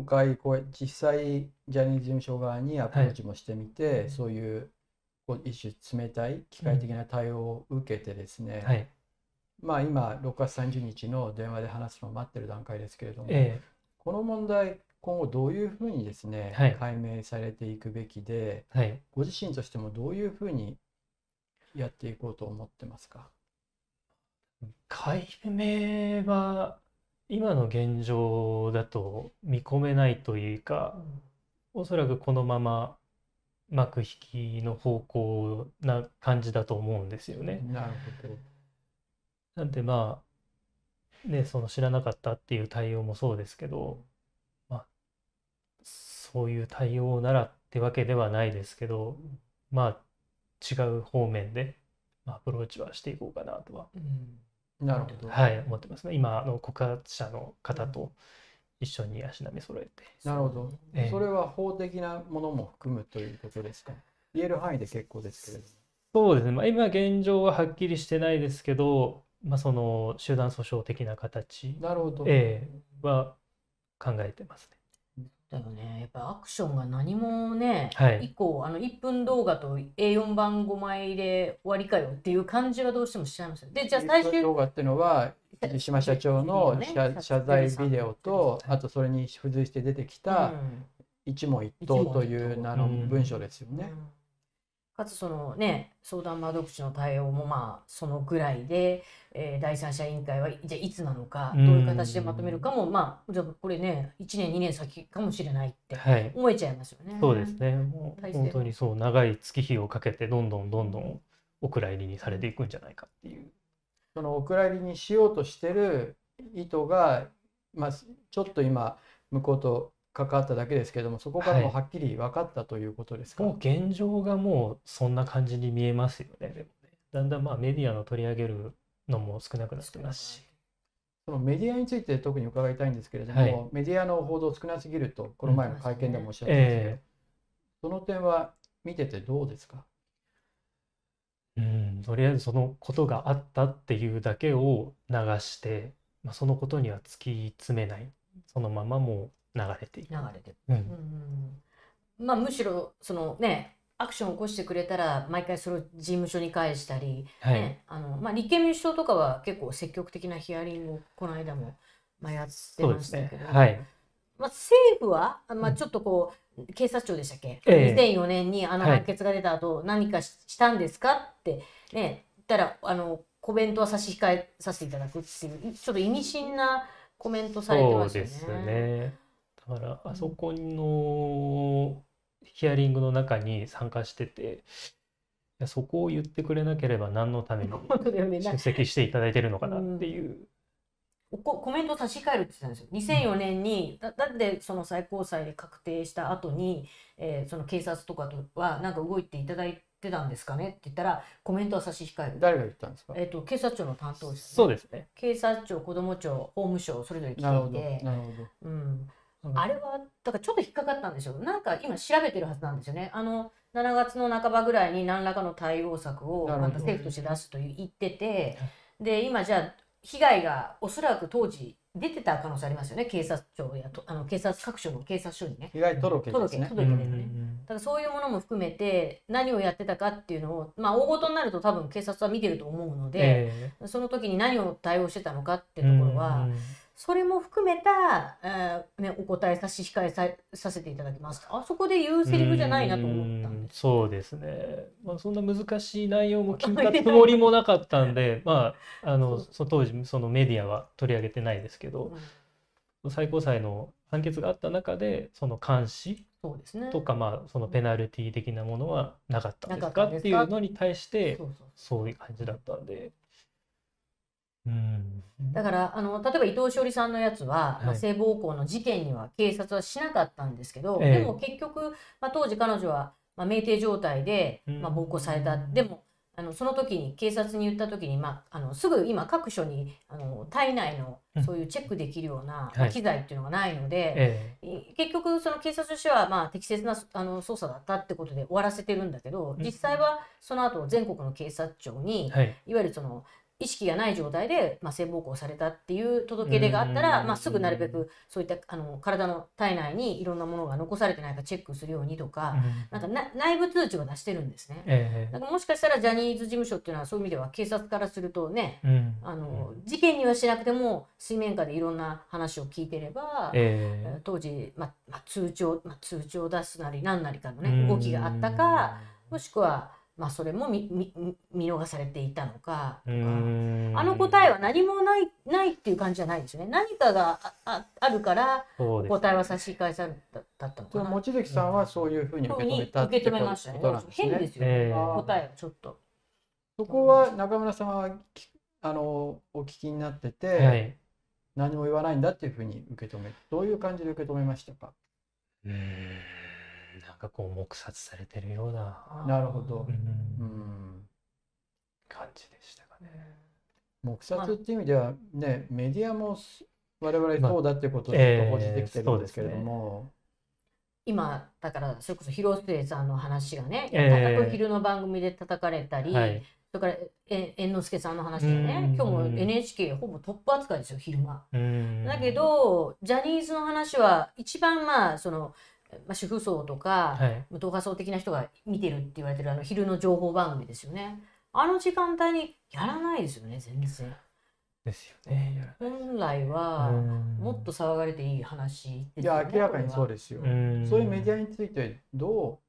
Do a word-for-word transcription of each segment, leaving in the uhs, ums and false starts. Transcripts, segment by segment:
回こう実際ジャニーズ事務所側にアプはいローチもしてみて、 うんそういうこう一種冷たい機械的うんな対応を受けてですね、 はいまあ今ろくがつさんじゅうにちの電話で話すのを待ってる段階ですけれども、 えこの問題今後どういうふうにですえねはい解明されていくべきで、 はいご自身としてもどういうふうにやっていこうと思ってますか？ 解明は今の現状だと見込めないというか、おそらくこのまま幕引きの方向な感じだと思うんですよね。 なるほど。 なんでまあね、その知らなかったっていう対応もそうですけど、まあそういう対応ならってわけではないですけど、まあ違う方面でまあアプローチはしていこうかなとは、 なるほど。 はい、思ってますね。今あの告発者の方と一緒に足並み揃えて。 なるほど。 ええそれは法的なものも含むということですか？言える範囲で結構ですけれども。 そうですね、まあ、今現状ははっきりしてないですけど、まあ、その集団訴訟的な形、 なるほど。 ええは考えてますね。 だよね。やっぱアクションが何もね、 はい以降、あのいっぷん動画と エーよん 版ごまいで終わりかよっていう感じがどうしてもしちゃいますよ。で、じゃあ最終動画っていうのは藤島社長の謝謝罪ビデオと、あとそれに付随して出てきた一問一答という名の文章ですよね。 かつそのね、相談窓口の対応もまあそのぐらいで、えー、第三者委員会はじゃあいつなのか、どういう形でまとめるかも、まあじゃあこれね、いちねんにねん先かもしれないってはい、 思えちゃいますよね。 そうですね。もう体制本当にそう長い月日をかけてどんどんどんどんお蔵入りにされていくんじゃないかっていう。 そのお蔵入りにしようとしてる意図が、まあ、ちょっと今向こうと関わっただけですけれども、そこからもはっきり分かったということですか？ もう現状がもうそんな感じに見えますよね。でもね、だんだんまあメディアの取り上げるのも少なくなってますし。 そのメディアについて特に伺いたいんですけれども、 はいメディアの報道少なすぎるとこの前の会見でもおっしゃってましたけど、 えその点は見ててどうですか？ えうん、とりあえずそのことがあったっていうだけを流して、まあ、そのことには突き詰めない、そのままもう流れていく。 流れてる。 うんうん、まあむしろそのね、アクションを起こしてくれたら毎回それを事務所に返したり、 はいね、あのまあ、立憲民主党とかは結構積極的なヒアリングをこの間も、まあ、やってそうですね。 ましたけど、 はい。 まあ、政府は、まあ、ちょっとこう、警察庁でしたっけ、 ええにせんよねんにあのはい判決が出た後、何かししたんですかってね、言ったらあのコメントは差し控えさせていただくっていうちょっと意味深なコメントされてそうましたよね。 ですね。だからあそこのヒアリングの中に参加してて、いやそこを言ってくれなければ何のために本当だよね。な出席していただいてるのかなっていう。 ココメントを差し控えるって言ってたんですよ。にせんよねんに、だだってその最高裁で確定した後に、えーその警察とかとはなんか動いていただいてたんですかねって言ったら、コメントは差し控える。 誰が言ったんですか？ えっと、警察庁の担当者、ね、 そうですね。 警察庁、子ども庁、法務省、それぞれ来なるほど、 ていて、 なるほど。 うんあれはだからちょっと引っかかったんですよ。なんか今調べてるはずなんですよね。あのしちがつの半ばぐらいに何らかの対応策をなるほどまた政府として出すと言ってて、で今じゃあ被害がおそらく当時出てた可能性ありますよね。警察庁やとあの警察各所の警察署にね。 被害届ですね。 届け出るね。だからそういうものも含めて何をやってたかっていうのを、まあ大事になると多分警察は見てると思うので、 えその時に何を対応してたのかってえところは、 うんそれも含めた、えーね、お答え差し控えさ、させていただきます。あそこで言うセリフじゃないなと思ったんです。 そうですね。まあ、そんな難しい内容も聞いたつもりもなかったんで、まあ、あの、その当時、そのメディアは取り上げてないですけど、最高裁の判決があった中で、その監視そうですね。 とか、まあ、そのペナルティ的なものはなかったんですかなかったんですかっていうのに対してそうそうそういう感じだったんで。うんだからあの例えば伊藤詩織さんのやつは、まあ、 はい性暴行の事件には警察はしなかったんですけど、 ええでも結局、まあ、当時彼女は、まあ、酩酊状態で、 うんまあ、暴行された。でもあのその時に警察に言った時に、まあ、あのすぐ今各所にあの体内のそういうチェックできるような、まあはい機材っていうのがないので、 えい結局その警察としてはまあ適切なあの捜査だったってことで終わらせてるんだけど、 うん実際はその後全国の警察庁に、 えはいいわゆるその意識がない状態で、まあ、性暴行されたっていう届け出があったら、まあ、すぐなるべくそういったあの体の体内にいろんなものが残されてないかチェックするようにとか、なんかな内部通知を出してるんですね。 えなんかもしかしたらジャニーズ事務所っていうのはそういう意味では警察からするとね、 えうんあの事件にはしなくても水面下でいろんな話を聞いてれば、 え当時、まあまあ、通帳、まあ、通帳を出すなり何なりかのえね動きがあったか、 うもしくはまあそれも見見見逃されていたのかとか、 んあの答えは何もないないっていう感じじゃないですよね。何かがあああるからそうですね答えは差し返されただったのかな。 その望月さんはそういうふうに受け止めたっ受けてこ止めましたね。 となんですね。 変ですよね、 ええ答えはちょっと。 そこは中村さんはきあのお聞きになってて、 はい何も言わないんだっていうふうに受け止め、どういう感じで受け止めましたか？ うーんなんかこう黙殺されてるようななるほどう。んうん感じでしたかね。 黙殺っていう意味ではね、メディアもす我々 まあそうだってことをずっと報じてきてえーるんですけれども、 今だからそれこそ広末さんの話がね、 ええあと昼の番組で叩かれたり、 はいそれからえ猿之助さんの話がね、 うん今日も エヌエイチケー ほぼトップ扱いですよ、昼間。 うんだけどジャニーズの話は一番まあその、まあ、主婦層とか、 はい無党派層的な人が見てるって言われてるあの昼の情報番組ですよね。あの時間帯にやらないですよね、全然。 ですよね。やら本来はもっと騒がれていい話ですよね。 いや明らかにそうす。 ですよ。 うんそういうメディアについてど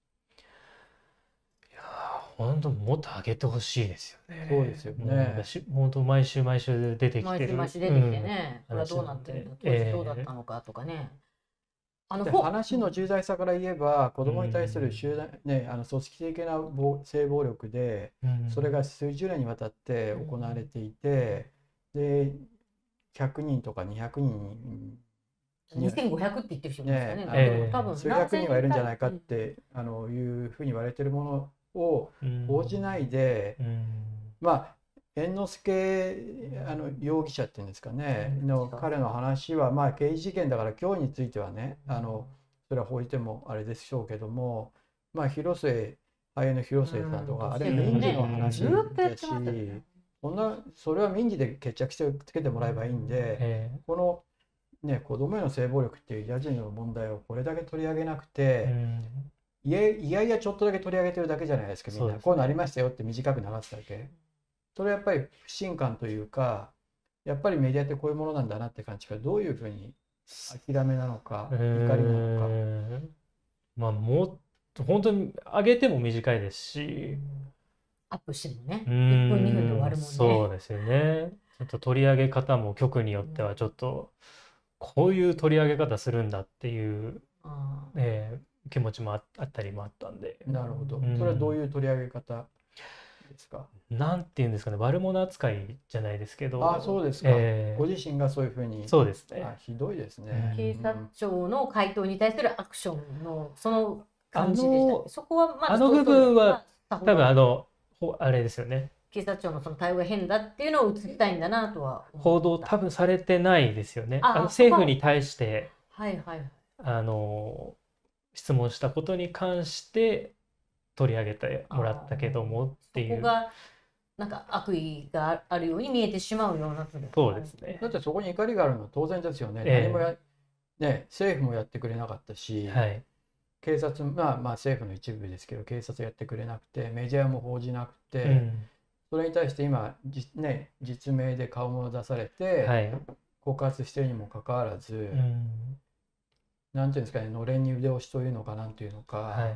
いやー本当もっと上げてほしいですよね。 そうですよねもうなんかし本当毎週毎週出てき毎週てる。 毎週出てきてね、 うんこれはどうなってるんだ、 話なんで当時どうだったのかとかね。あのうでほ話の重大さから言えば子供に対する集団、ね、あの組織的な暴性暴力でうんそれが数十年にわたって行われていて、でひゃくにんとかにひゃくにんにせんごひゃくって言ってる人もいますからね。 ねあのでも多分数百人はいるんじゃないかっうんてあのいうふうに言われているものをうん報じないで、 うんまあ猿之助あの容疑者っていうんですかね、 うんの彼の話はまあ刑事事件だから今日についてはね、あのそれは報じてもあれでしょうけども、まあ広末俳優の広末さんとか、 うんあれ民事の話ずーっとやっだし、 てますよね。 そんなそれは民事で決着してつけてもらえばいいんで、 えこのね子供への性暴力っていうヤジの問題をこれだけ取り上げなくえて、 うんいやいやいやちょっとだけ取り上げてるだけじゃないですか、みんな。 そうですねこうなりましたよって短く流すだけ。それはやっぱり不信感というか、やっぱりメディアってこういうものなんだなって感じが、どういうふうに諦めなのか、怒りなのか。 うんまあもっと本当に上げても短いですし、 アップしてもね、 ういっぷんにふんで終わるんもんね。 そうですよね。ちょっと取り上げ方も局によってはちょっとこういう取り上げ方するんだっていう、 あーえー気持ちもああったりもあったんで、 なるほど。 うんそれはどういう取り上げ方ですか。 なんていうんですかね、悪者扱いじゃないですけど、 ああ、そうですか。 えーご自身がそういうふうに。 そうですね。 あ、ひどいですね。 警察庁の回答に対するアクションのその感じあのでしたね。そこはまだあの部分は多多分あのほあれですよね。 警察庁のその対応が変だっていうのを映したいんだなとは思った。 報道多分されてないですよね。 ああの政府に対してはいはい。 あの質問したことに関して取り上げてもらったけどもっていう。 そこがなんか悪意があるように見えてしまうような。 そうですね。 だってそこに怒りがあるのは当然ですよね。 ええ何もや、ね、政府もやってくれなかったし、 はい。 警察、まあまあ政府の一部ですけど、警察やってくれなくて、メディアも報じなくて、 うんそれに対して今、じね、実名で顔も出されて、 はい。 告発してるにもかかわらず、 うんなんていうんですかね、のれんに腕押しというのかなんていうのか、 はい。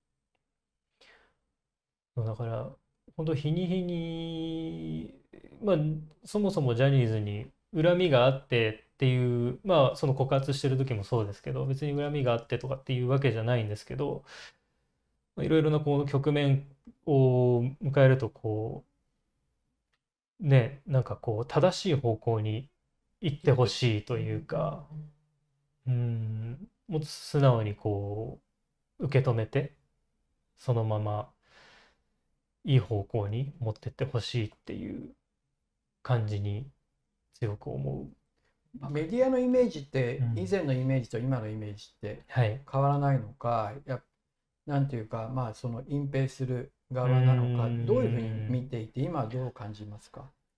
そうだから本当日に日にまあそもそもジャニーズに恨みがあってっていうまあその告発してる時もそうですけど別に恨みがあってとかっていうわけじゃないんですけどまあいろいろなこう局面を迎えるとこうねなんかこう正しい方向に行ってほしいというかうんもっと素直にこう受け止めてそのままいい方向に持ってってほしいっていう感じに強く思う。 メディアのイメージってうん以前のイメージと今のイメージってはい。 変わらないのか、やなんていうか、まあその隠蔽する側なのか、 うんどういうふうに見ていて、今はどう感じますか。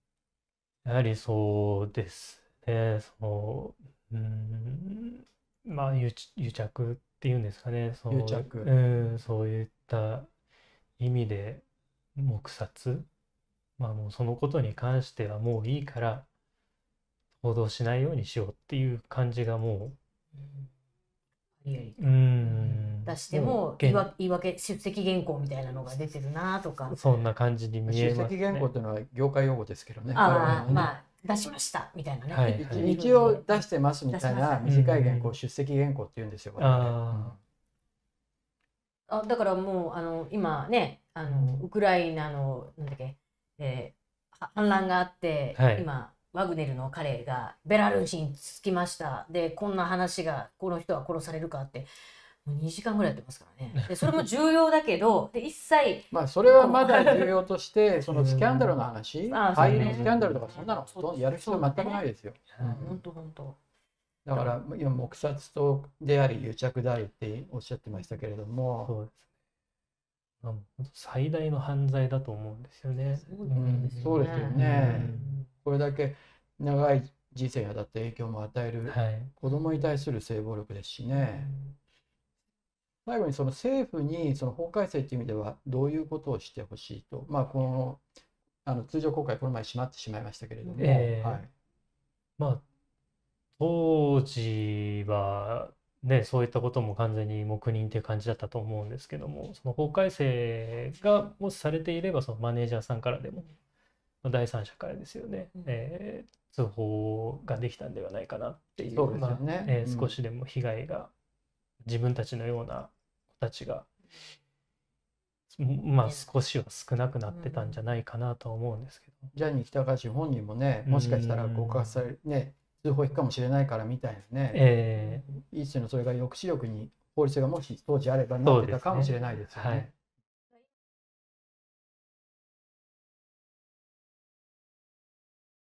やはりそうですね。その、うーん、まあ癒着、癒着っていうんですかね。そう、 癒着。 うん、そういった意味で黙殺。まあもうそのことに関してはもういいから報道しないようにしようっていう感じがもありありう、うーん、 出してもうも言い現、 わ言い訳出席原稿みたいなのが出てるなとか、 そんな感じに見え出ますね。 席原稿というのは業界用語ですけどね、我々 ああ、 のね。 まあ出しましたみたいなね。 はい一はい。 一応出してますみたいな出しました短い原稿を出席原稿って言うんですよ、我々。 ああ、だからもうあの今ね、あのウクライナのなんだっけ、えーは反乱があって、 はい今ワグネルの彼がベラルーシに着きました。で、こんな話がこの人は殺されるかってもうにじかんぐらいやってますからね。で、それも重要だけど、で一切まあそれはまだ重要としてそのスキャンダルの話、 ああそうね俳優のスキャンダルとかそんなのほとんどやる必要全くないですよ。 本当本当。 だから今黙殺とであり癒着であるっておっしゃってましたけれども、 そうですね。まあもう本当最大の犯罪だと思うんですよね。 そううんですよねそうですよね。 うんこれだけ長い人生にわたって影響も与えるはい。 子供に対する性暴力ですしね。最後にその政府にその法改正っていう意味ではどういうことをしてほしいと、まあこの、あの通常国会この前閉まってしまいましたけれども、 ええはい、 まあ当時はね、そういったことも完全に黙認っていう感じだったと思うんですけども、その法改正がもしされていれば、そのマネージャーさんからでも、第三者からですよね、 うんえー通報ができたんではないかなっていう、 そうですまあよね。 えーうん少しでも被害が自分たちのような子たちが、まあ少しは少なくなってたんじゃないかなとは思うんですけど。 ジャニー喜多川氏本人もね、もしかしたら告発されね、通報引くかもしれないからみたいなね、 え一種のそれが抑止力に法律がもし当時あればなってたかもしれないですよね。